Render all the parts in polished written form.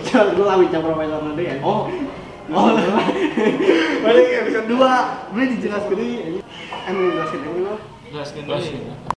Coba gue lah bincang profesor nanti ya. Oh, balik ke episode 2. Boleh dijelaskan dulu. Menjelaskan dulu lo. jelaskan dulu.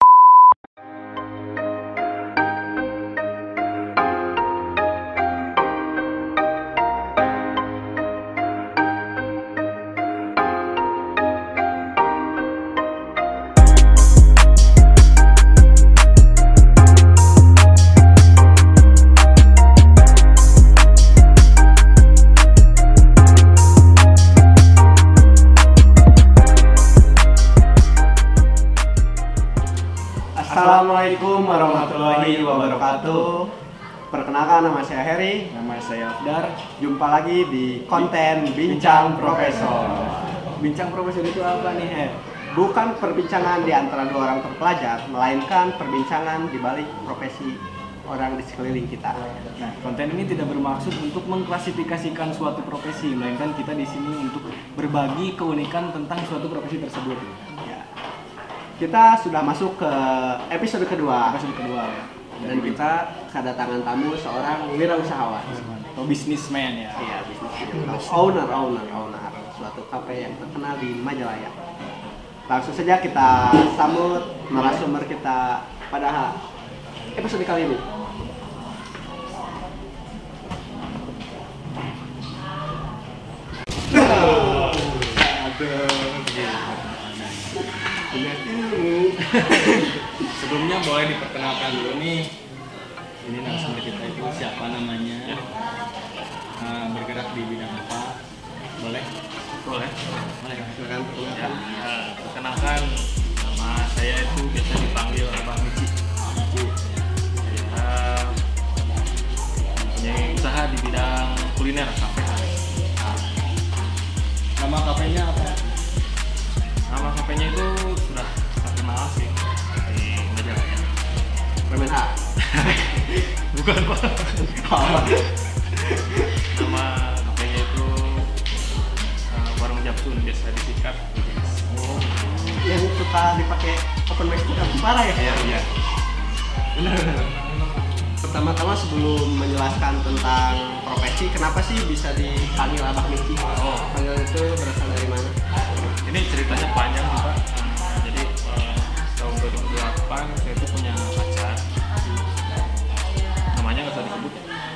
Assalamualaikum warahmatullahi wabarakatuh. Perkenalkan, nama saya Heri. Nama saya Afdar. Jumpa lagi di konten Bincang Profesor. Bincang Profesor itu apa nih, Bukan perbincangan di antara dua orang terpelajar, melainkan perbincangan di balik profesi orang di sekeliling kita. Nah, konten ini tidak bermaksud untuk mengklasifikasikan suatu profesi, melainkan kita di sini untuk berbagi keunikan tentang suatu profesi tersebut. Ya. Kita sudah masuk ke episode kedua. Episode kedua ya. Dan kita kedatangan tamu seorang wirausahawan Atau businessman ya. Iya, bisnis owner suatu kafe yang terkenal di Majalaya. Langsung saja kita sambut narasumber kita pada episode kali ini. Sebelumnya boleh diperkenalkan dulu nih. Ini narasumber kita itu siapa namanya? Bergerak di bidang apa? Boleh? Boleh. Silakan Ya, perkenalkan nama saya itu biasa dipanggil Abang Mici. Saya punya usaha di bidang kuliner kafe. Nama kafenya apa? Nama kafenya itu sudah terkenal sih di Majalaya. Permen A. Bukan Pak. Nama kafenya itu Warung Japsun, biasa disingkat. Yang suka dipakai open mic itu kan parah ya? Iya. Pertama-tama sebelum menjelaskan tentang profesi, kenapa sih bisa dipanggil Abang Mici? Panggilan itu berasal dari mana? Ini ceritanya panjang sih Pak. Jadi tahun 2008 saya itu punya pacar. Namanya nggak usah disebut.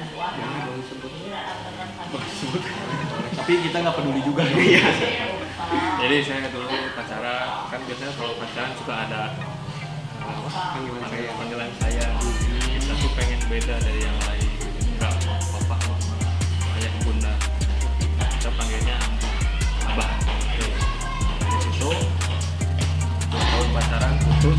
Boleh disebut. Tapi kita nggak peduli juga. Iya. Jadi saya dulu pacaran, kan biasanya kalau pacaran suka ada panggilan saya. Kita tuh pengen beda dari yang lain. Enggak mau papa, mama, ayah, bunda. Kita panggilnya ambu, abah. Dari situ 2 tahun pacaran putus.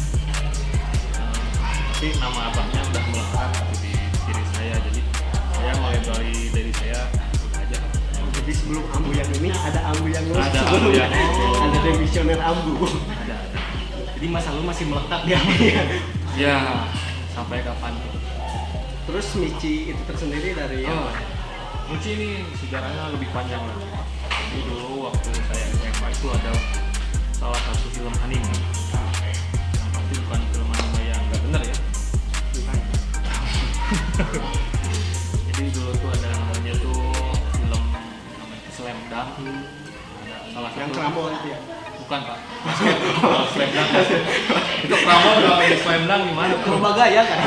Tapi nama abahnya udah melekat di diri saya. Jadi saya mulai dari saya udah aja. Jadi sebelum ambu yang ini ada ambu yang lain. Ada ambu yang ada demisioner ambu. Ada. Jadi masa lu masih melekat di apa? Ya, sampai kapan? Terus Mici itu tersendiri dari Mici ini sejarahnya lebih panjang lagi. Jadi dulu waktu saya SMA itu ada salah satu film anime. Yang pasti bukan film anime yang nggak bener ya. Bukan. Jadi dulu tuh ada namanya tuh film namanya Slam Dunk. Ada salah satu Yang kerambol itu ya? Bukan Pak. Kalau Slam Dunk itu kerambol udah kayak Slam Dunk gimana? Purbagaya kan?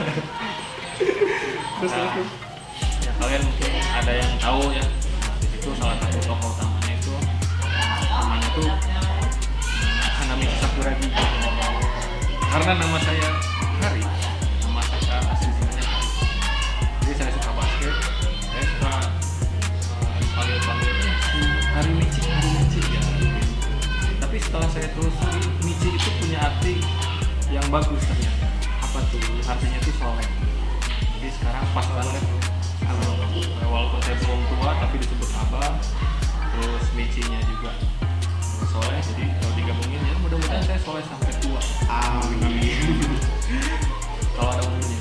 Terus Ya kalian mungkin ada yang tahu ya. Di situ salah satu tokoh utamanya itu namanya tuh Hanami Sakuragi. Karena nama saya Hari, nama saya aslinya Hari. Jadi saya suka basket, saya suka panggil si Hari Mici ya. Tapi setelah saya telusuri, Mici itu punya arti yang bagus ternyata. Apa tuh? Artinya itu soleh. Jadi sekarang pas banget. Walaupun saya belum tua tapi disebut abah. Terus Micinya juga soleh. Jadi kalau digabungin ya mudah-mudahan saya soleh sampai tua. amin. Kalau ada umurnya.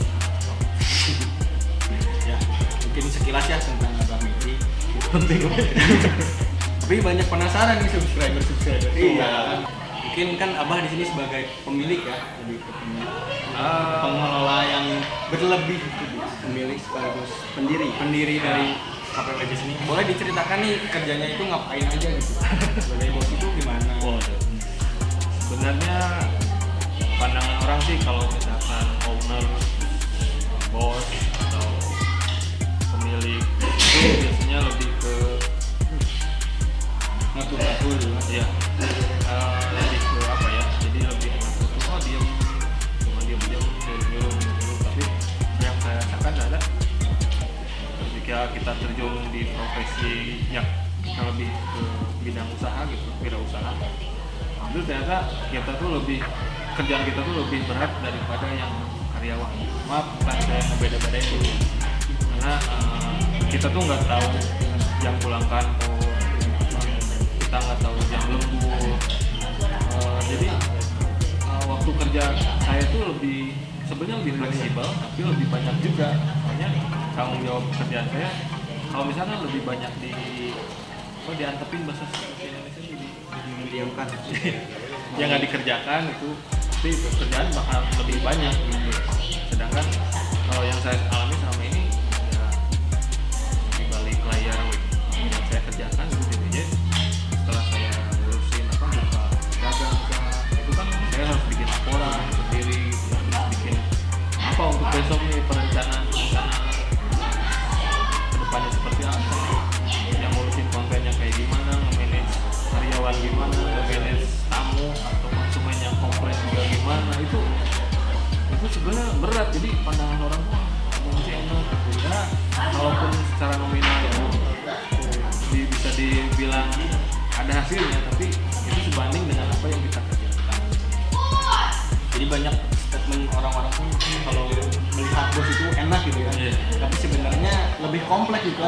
Ya, mungkin sekilas ya tentang Abang Mici. Penting. Tapi banyak penasaran nih subscriber. Iya. Mungkin kan Abah di sini sebagai pemilik ya, lebih ke pemilik. Pengelola yang berlebih gitu. Pemilik sekaligus pendiri dari KPWJ sini. Boleh diceritakan nih kerjanya itu ngapain aja gitu. Sebagai bos itu gimana? Sebenarnya pandangan orang sih kalau misalkan owner, bos atau pemilik itu biasanya lebih ke ngatur-ngatur ya lebih ke apa ya, jadi lebih ngatur diem dulu. Tapi yang saya rasakan adalah ketika kita terjun di profesi yang lebih ke bidang usaha gitu, wirausaha, itu ternyata kita tuh lebih, kerjaan kita tuh lebih berat daripada yang karyawan. Maaf, bukan saya ngebeda-bedain dulu, karena kita tuh nggak tahu jam pulang kantor, kita nggak tahu jam lembur. Jadi waktu kerja saya tuh sebenarnya lebih fleksibel, tapi lebih banyak juga. Makanya tanggung jawab pekerjaan saya, kalau misalnya lebih banyak diantepin bahasa Indonesia didiamkan ya nggak dikerjakan itu, tapi pekerjaan bakal lebih banyak gitu. Sedangkan kalau yang saya alami selama ini ya di balik layar yang saya kerjakan itu aja, setelah saya ngurusin buka dagang itu kan saya harus bikin laporan sendiri gitu, harus bikin apa untuk besok nih, perencanaan kedepannya seperti apa, yang ngurusin kontennya kayak gimana, nge-manage karyawan gimana, nge-manage tamu atau konsumen yang komplain juga gimana. Itu sebenarnya berat. Jadi pandangan orang tuh mungkin enak gitu ya, walaupun secara nominal itu bisa dibilang ada hasilnya, tapi itu sebanding dengan apa yang kita kerjakan. Jadi banyak statement orang-orang tuh kalau melihat bos itu enak gitu ya, tapi sebenarnya lebih kompleks gitu.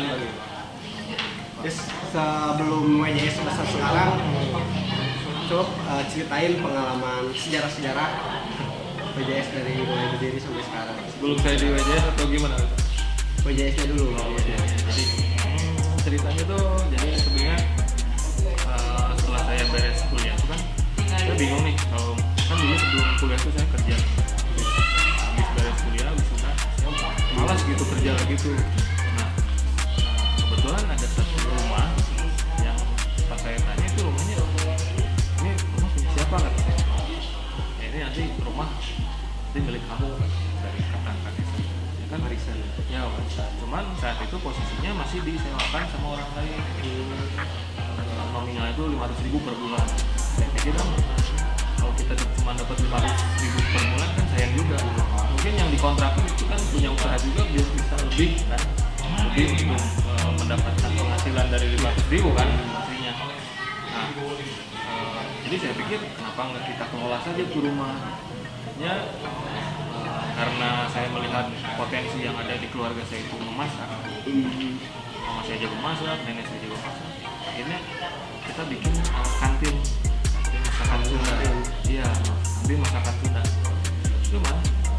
Terus sebelum WJS sebesar sekarang, coba ceritain pengalaman sejarah-sejarah WJS dari mulai berdiri sampai sekarang. Sebelum saya di WJS atau gimana? WJS-nya dulu. Jadi ceritanya tuh, jadi sebenarnya setelah saya beres kuliah itu kan saya bingung nih, kalau kan dulu sebelum kuliah tuh saya kerja, habis beres kuliah wisuda saya malas gitu kerja lagi tuh. Nah kebetulan ada satu rumah yang pas saya tanya itu rumahnya, ini rumah punya siapa, kata saya. Ya, ini nanti rumah nanti milik kamu dari kakak desa, ya kan warisan. Ya warisan. Cuman saat itu posisinya masih disewakan sama orang lain. Nominalnya itu 500.000 per bulan. Saya pikir kan kalau kita cuma dapat 500.000 per bulan kan sayang juga. Mungkin yang dikontrakin itu kan punya usaha juga, biar bisa lebih kan, lebih untuk mendapatkan penghasilan dari 500.000 kan pastinya. Nah, jadi saya pikir kenapa nggak kita kelola saja tuh rumahnya, karena saya melihat potensi yang ada di keluarga saya itu memasak. Mama saya jago masak, nenek saya jago masak. Akhirnya kita bikin kantin masakan Sunda. Iya, kantin masakan Sunda. Cuma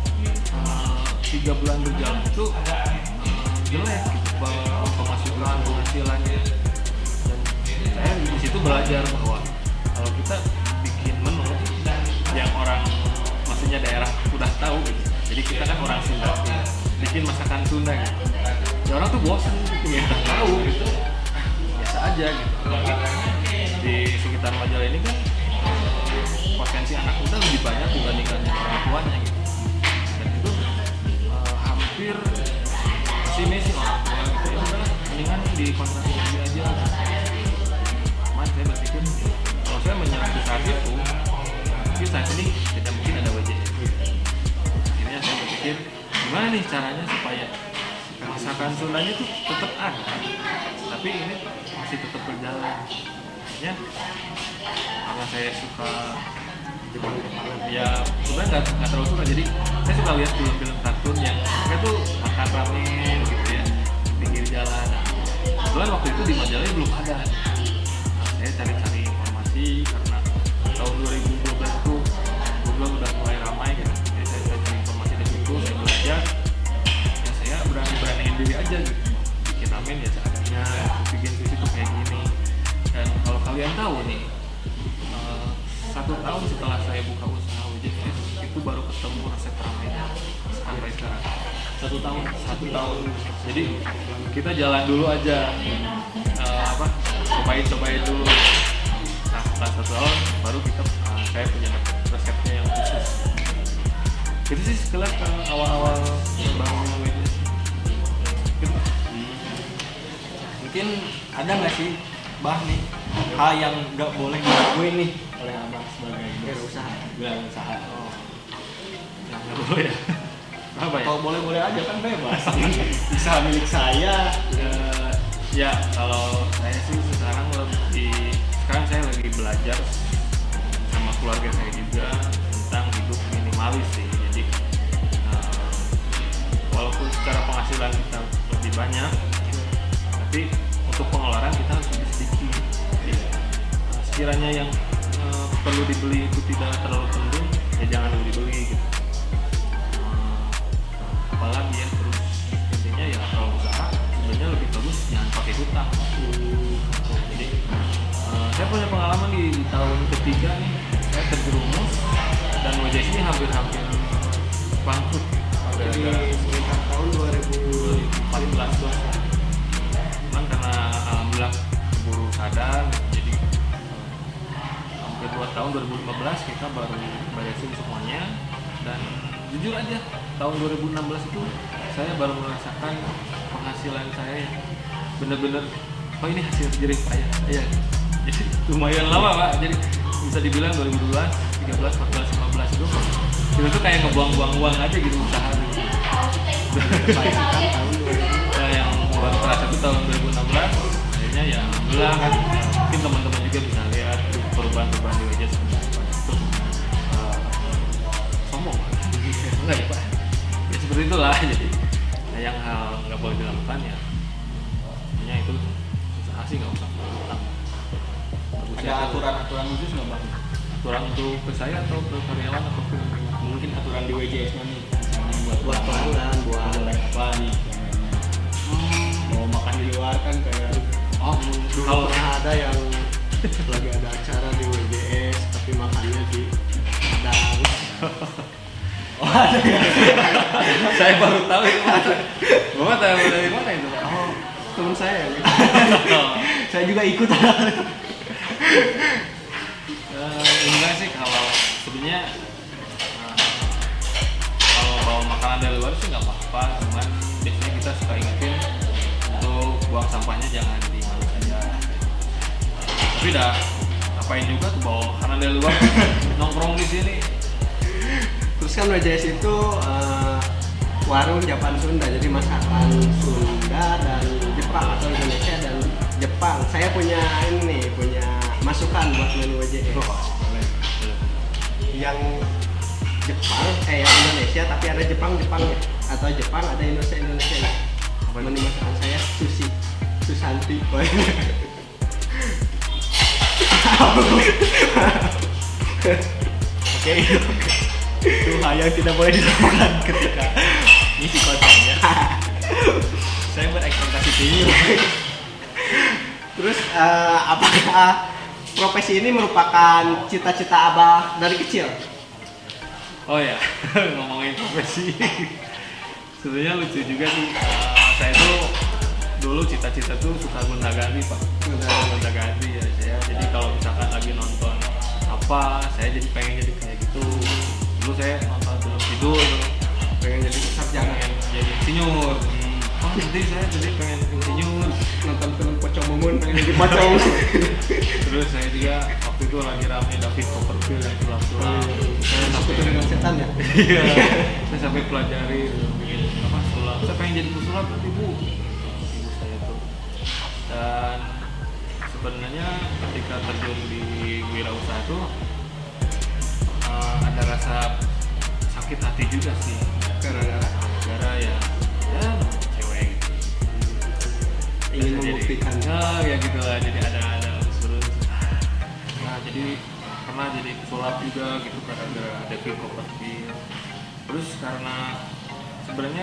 3 bulan berjalan itu jelek gitu, pemasukan, penghasilannya. Dan saya di situ belajar bahwa kalau kita bikin menu yang orang, maksudnya daerah udah tahu gitu. Jadi kita kan orang Sunda, bikin masakan Sunda gitu. Ya orang tuh bosan gitu, ya udah tahu gitu. Biasa aja gitu. Di sekitar Majalah ini kan potensi anak muda lebih banyak dibandingkan orang tuanya gitu. Dan itu hampir sini sih orang tua gitu, ya udah mendingan di kontraksi lagi aja. Cuman saya berpikir kalau saya menyerah di saat itu, mungkin saat ini tidak mungkin ada WJS. Akhirnya saya berpikir gimana nih caranya supaya masakan Sundanya tuh tetap ada, tapi ini masih tetap berjalan. Ya, karena saya suka ya sebenarnya nggak terlalu suka, jadi saya suka lihat film-film kartun yang mereka tuh makan ramen gitu ya pinggir jalan. Kebetulan waktu itu di Majalaya belum ada. Saya cari-cari informasi karena tahun 2012 tuh Google udah mulai ramai gitu. Jadi saya cari informasi dari situ, saya belajar. Ya saya beraniin diri aja gitu. Bikin ramen ya seadanya, bikin sushi tuh kayak gini. Dan kalau kalian tahu nih, 1 tahun setelah saya buka usaha WJS itu baru ketemu resep ramenya sampai sekarang. 1 tahun. 1 tahun. Jadi kita jalan dulu aja, cobain dulu. Nah setelah 1 tahun baru kita saya punya resepnya yang khusus. Itu sih sekilas awal-awal bangun WJS. Gitu. Mungkin ada nggak sih nih hal yang nggak boleh dilakuin nih oleh abang sebagai Wirausaha. wirausaha? Oh, yang nggak boleh ya? Apa ya? Kalau boleh-boleh aja kan bebas. Usaha milik saya. Ya kalau saya sih sekarang saya lagi belajar sama keluarga saya juga tentang hidup minimalis sih. Jadi walaupun secara penghasilan kita lebih banyak, tapi untuk pengeluaran kita harus lebih sedikit. Jadi, sekiranya yang perlu dibeli itu tidak terlalu penting, ya jangan dibeli gitu. Apalagi ya, terus intinya ya kalau usaha sebenarnya lebih bagus jangan pakai hutang. Jadi saya punya pengalaman di tahun ketiga nih, saya terjerumus dan WJS ini hampir bangkrut. Jadi sekitar tahun 2014 tuh. Cuman karena alhamdulillah keburu sadar, jadi hampir 2 tahun 2015 kita baru beresin semuanya. Dan jujur aja tahun 2016 itu saya baru merasakan penghasilan saya yang bener-bener ini hasil jerih payah. Iya. Jadi lumayan lama Pak. Jadi bisa dibilang 2012, 13, 14, 15 itu tuh kayak ngebuang-buang uang aja gitu usaha gitu. Nah, yang baru terasa itu tahun 2016 akhirnya ya alhamdulillah kan mungkin teman-teman juga bisa lihat perubahan-perubahan di WJS itu sombong enggak ya Pak ya seperti itulah. Jadi yang hal nggak boleh dilakukan ya intinya itu usaha sih nggak usah utang. Ada aturan-aturan khusus nggak bang? Aturan untuk ke saya atau ke karyawan atau ke Mungkin aturan di WJS nya nih buat pelanggan, buat boleh apa nih? Mau makan di luar kan kayak dulu kalau pernah ada yang lagi ada acara di WJS tapi makannya di Padang. ada ya? saya baru tahu itu Bapak tahu dari mana itu Pak? Oh, teman saya yang gitu. Saya juga ikut. Enggak sih kalau sebenarnya kalau bawa makanan dari luar sih nggak apa-apa, cuman biasanya kita suka ingetin untuk buang sampahnya jangan di mana saja. Tapi dah ngapain juga tuh bawa makanan dari luar nongkrong di sini. Terus kan WJS itu warung Japan Sunda, jadi masakan Sunda dan Jepang atau Indonesia dan Jepang. Saya punya masukan buat menu WJS. Yang Jepang, yang Indonesia tapi ada Jepangnya atau Jepang ada Indonesia. Menu masakan saya sushi, Susanti. Oke. Itu hal yang tidak boleh dilakukan ketika ngisi kontennya. Saya berekspektasi tinggi. Terus apakah profesi ini merupakan cita-cita Abah dari kecil? Oh ya, ngomongin profesi sebenarnya lucu juga sih. Saya tuh dulu cita-cita tuh suka gonta-ganti Pak. Gonta-ganti ya saya. Jadi kalau misalkan lagi nonton apa, saya jadi pengen jadi kayak gitu. Dulu saya nonton film tidur, pengen jadi sarjana, jadi insinyur. Oh nanti saya jadi pengen insinyur. Nonton film Pocong Mumun pengen jadi pocong. Terus saya juga waktu itu lagi rame David Copperfield yang sulap-sulap. Saya sampai Dengan setan ya. Iya, saya sampai pelajari bikin apa sulap. Saya pengen jadi pesulap nanti Bu. Ibu saya tuh. Dan sebenarnya ketika terjun di wirausaha tuh ada rasa sakit hati juga sih. Gara-gara ya cewek gitu. Ingin membuktikan. Ya gitulah. Jadi ada unsur. Nah jadi pernah jadi pesulap juga gitu gara-gara David Copperfield. Terus karena sebenarnya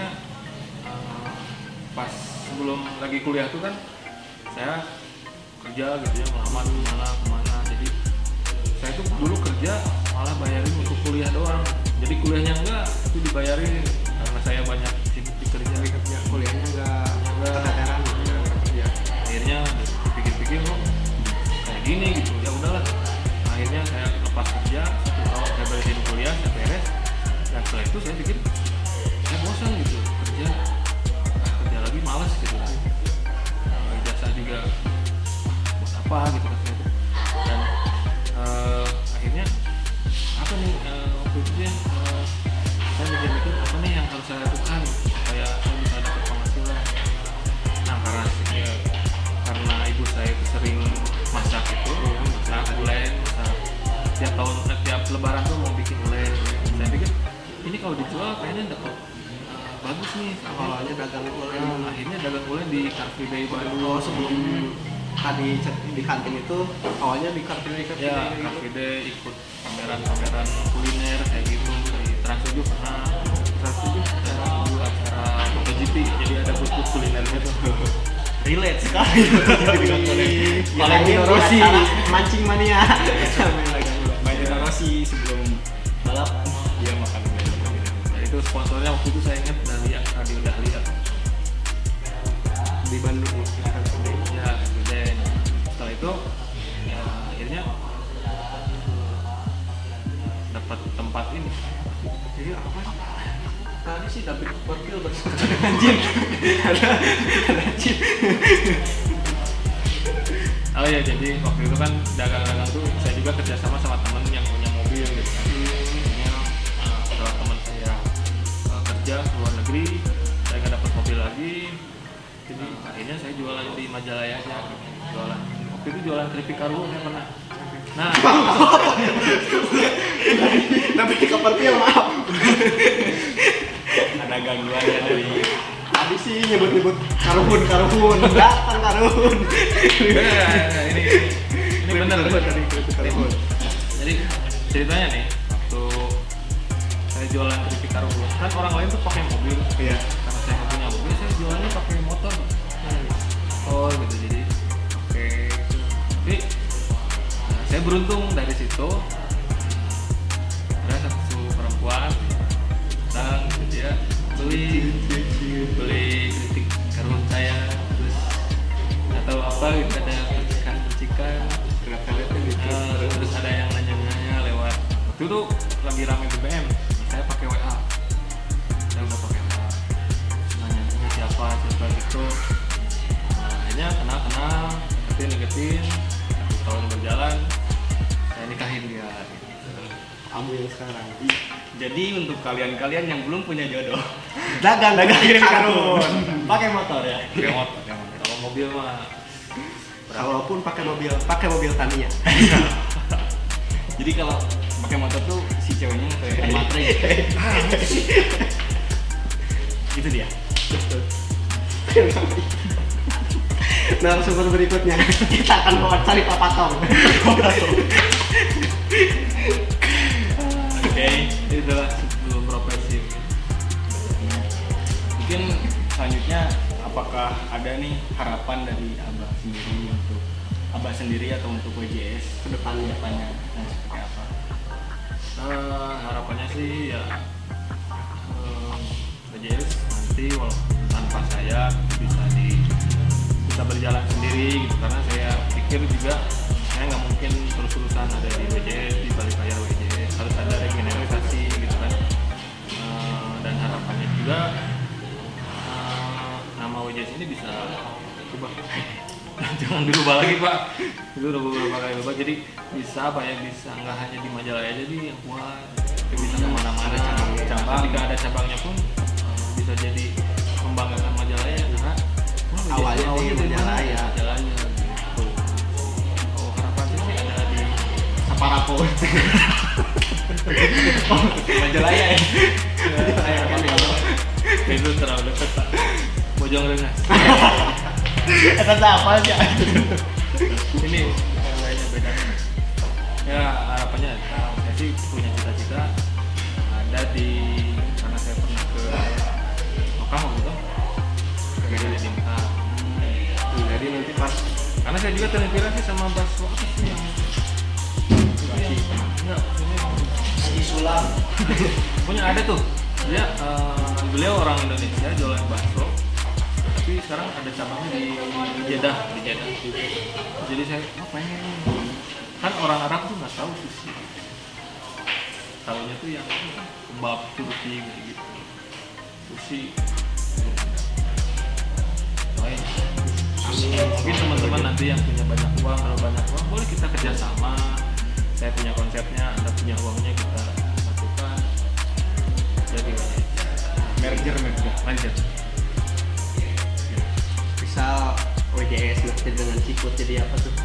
pas sebelum lagi kuliah tuh kan saya kerja gitu ya, melamar kemana. Jadi saya tuh dulu kerja malah bayarin untuk kuliah doang, jadi kuliahnya enggak tapi dibayarin karena saya banyak sibuk di kerja, kuliahnya enggak keteteran ya. Akhirnya pikir-pikir kok kayak gini gitu, ya udahlah. Akhirnya saya lepas kerja, 1 tahun saya beresin kuliah, saya beres, dan setelah itu saya pikir saya bosan gitu kerja lagi malas gitu. Ijazah juga buat apa gitu kan saya. Dan akhirnya apa nih waktu itu ya, saya mikir-mikir apa nih yang harus saya lakukan supaya saya bisa dapat penghasilan. Nah karena ibu saya itu sering masak itu, masak ulen, tiap lebaran tuh mau bikin ulen. Saya pikir ini kalau dijual kayaknya dapat bagus nih. Awalnya dagang ulen. Akhirnya dagang ulen di Car Free Day Bandung. Sebelum tadi di kantin itu awalnya di Car Free Day ya, Car Free Day ikut pameran kuliner kayak gitu di Trans 7 pernah. Trans 7 dulu acara MotoGP, jadi ada booth kulinernya tuh. Relate sekali. Valentino Rossi mancing mania. Valentino Rossi sebelum balapan dia makan ulen. Nah, itu sponsornya waktu itu saya ingat dari Radio Dahlia Di Bandung ya. Kemudian setelah itu ya akhirnya dapat tempat ini. jadi apa tadi sih David Copperfield anjing ada anjing. Oh ya, jadi waktu itu kan dagang-dagang tuh saya juga kerjasama sama temen yang punya mobil gitu kan. Setelah teman saya kerja ke luar negeri, saya nggak dapat mobil lagi, jadi akhirnya saya jualan di Majalaya aja gitu. Jualan waktu itu jualan keripik karwo saya pernah. Nah tapi Copperfield maaf ada gangguannya dari tadi sih nyebut karhun datang karhun ini benar tadi. Jadi ceritanya nih, waktu saya jualan keripik karwo kan orang lain tuh pakai mobil. iya Karena saya nggak punya mobil, saya jualannya pakai motor. Oh gitu, jadi oke. Tapi saya beruntung dari situ. Ada satu perempuan datang, dia beli keripik karwo saya, terus nggak tahu apa gitu, ada percikan terus ada yang nanya lewat. Waktu itu lagi rame BBM, saya pakai WA, saya udah pakai WA, nanya siapa gitu. Akhirnya kenal deketin 1 tahun berjalan, saya nikahin dia gitu. kamu yang sekarang jadi untuk kalian-kalian yang belum punya jodoh dagang kirim karun pakai motor ya. Pakai motor. Kalau mobil mah kalaupun pakai mobil Tamiya Jadi kalau pakai motor tuh si ceweknya kayak matre gitu dia. Narasumber berikutnya kita akan cari Papa Tom. Oke, itulah sebelum profesi. Mungkin selanjutnya apakah ada nih harapan dari Abah sendiri atau untuk WJS Kedepannya. nah, seperti apa? Harapannya sih ya WJS nanti walaupun tanpa saya bisa berjalan sendiri gitu, karena saya pikir juga saya nggak mungkin terus-terusan ada di WJS, di balik layar WJS, harus ada regenerasi gitu kan. Dan harapannya juga nama WJS ini bisa ubah. Jangan dirubah lagi Pak, itu udah beberapa kali berubah, jadi bisa apa ya, bisa nggak hanya di Majalaya jadi yang kuat, tapi bisa kemana-mana. Cabang. Ketika ada cabangnya pun bisa jadi membanggakan Majalaya karena Awalnya di Majalaya. Gitu. Oh, harapan sih ada di Saparako. Majalaya ya. itu terlalu dekat Pak. Bojong Rengas. Eta apa aja? Ini kayaknya beda. Ya harapannya saya sih punya cita-cita ada di, karena saya pernah ke Mekah waktu itu, kerja di Mekah. Jadi nanti pas Karena saya juga terinspirasi sama Bas Waktu sih yang Enggak, maksudnya Haji Sulam. punya ada tuh. Dia beliau orang Indonesia jualan bakso. Tapi sekarang ada cabangnya di Jeddah. Jadi saya pengen kan orang Arab tuh nggak tahu sushi. Tahunya tuh yang kebab Turki gitu. Sushi. Lain. Mungkin teman-teman nanti yang punya banyak uang, kalau banyak uang boleh kita kerjasama. Saya punya konsepnya, Anda punya uangnya, kita masukkan. Jadi merger. Misal WJS nanti dengan Ciput jadi apa tuh?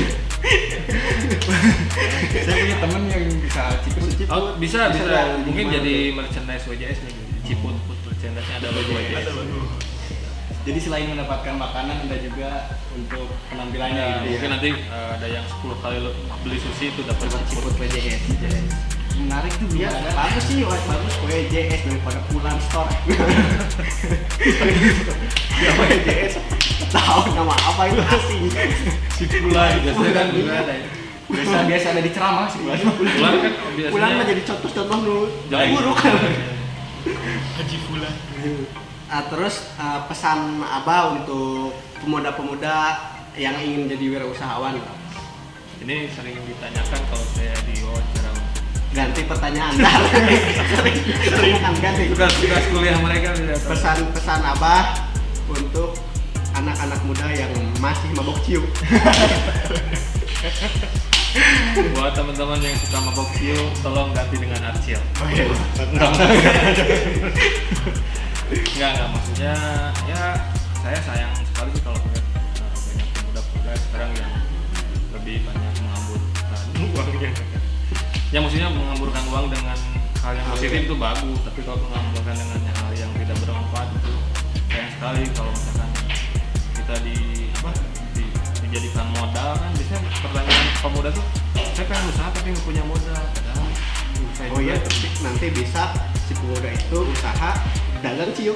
Saya punya teman yang bisa Ciput. Oh, bisa. Mungkin gimana jadi merchandise WJS nih, Ciput merchandise-nya ada logo WJS. Jadi selain mendapatkan makanan, Anda juga untuk penampilannya Ya, gitu. mungkin nanti ada yang 10 kali lo beli sushi itu dapat Ciput Ciput. WJS. Menarik tuh Iya, belum ada. bagus sih, bagus WJS daripada Pulan Store. Ya WJS, tahu nama apa itu asing. Cipulan biasanya kan Juga ada ya. Biasa ada di ceramah sih. Pulan kan biasanya Pulan mah jadi contoh-contoh dulu. Jangan Buruk. Haji Fulan. Terus pesan Abah untuk pemuda-pemuda yang ingin jadi wirausahawan. ini sering ditanyakan kalau saya diwawancara. Ganti pertanyaan. Sering kan ganti. Tugas kuliah mereka bisa tahu. Pesan Abah untuk anak-anak muda yang masih mabok cium. Buat teman-teman yang suka mabok ciu, tolong ganti dengan Arcil. Enggak, maksudnya ya saya sayang sekali sih kalau melihat banyak pemuda-pemuda sekarang yang lebih banyak mengamburkan uangnya. Ya maksudnya mengamburkan uang dengan hal yang positif itu bagus, tapi kalau mengamburkan dengan hal yang tidak bermanfaat itu sayang sekali. Kalau misalkan kita dijadikan modal kan, biasanya pertanyaan pemuda tuh, saya pengen usaha tapi nggak punya modal. Padahal saya Oh iya, tapi nanti bisa si pemuda itu usaha dagang cium.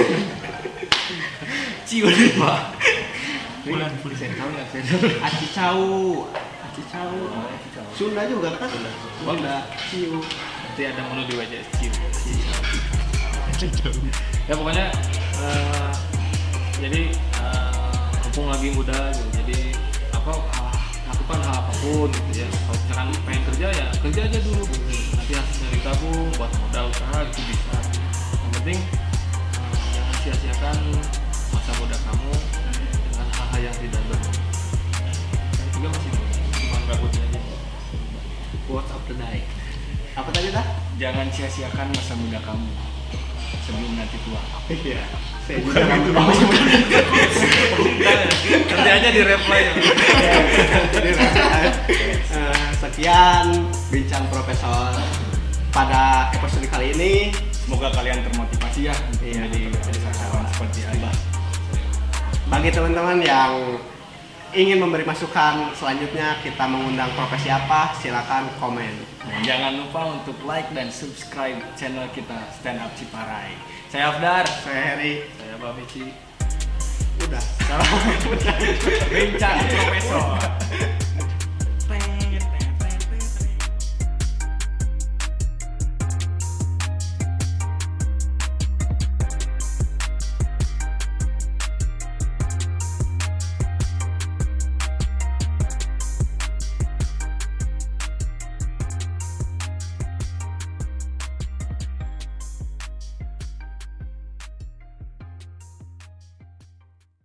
ciu nih pak. Fulan. Saya tahu nggak saya. Acicau. Sunda juga kan? Sunda. Cium. Nanti ada menu di WJS ciu. Ya pokoknya jadi mumpung lagi muda gitu, jadi lakukan hal apapun gitu ya. Kalau misalkan pengen kerja ya kerja aja dulu gitu. Nanti hasilnya ditabung buat modal usaha itu bisa. Yang penting jangan sia-siakan masa muda kamu dengan hal-hal yang tidak bermanfaat. Saya juga masih cuma gabutnya aja. Words of the day. Apa tadi dah? Jangan sia-siakan masa muda kamu sebelum nanti tua. Iya. Saya juga rambut masih muda. Nanti aja di reply. Sekian bincang profesor pada episode kali ini. Semoga kalian termotivasi ya untuk Iya, menjadi wirausahawan seperti Abah. Bagi teman-teman yang ingin memberi masukan selanjutnya kita mengundang profesi apa, silakan komen. Dan jangan lupa untuk like dan subscribe channel kita Stand Up Ciparai. Saya Afdar. Saya Heri. Saya Bamici. Udah. Bincang Profesor.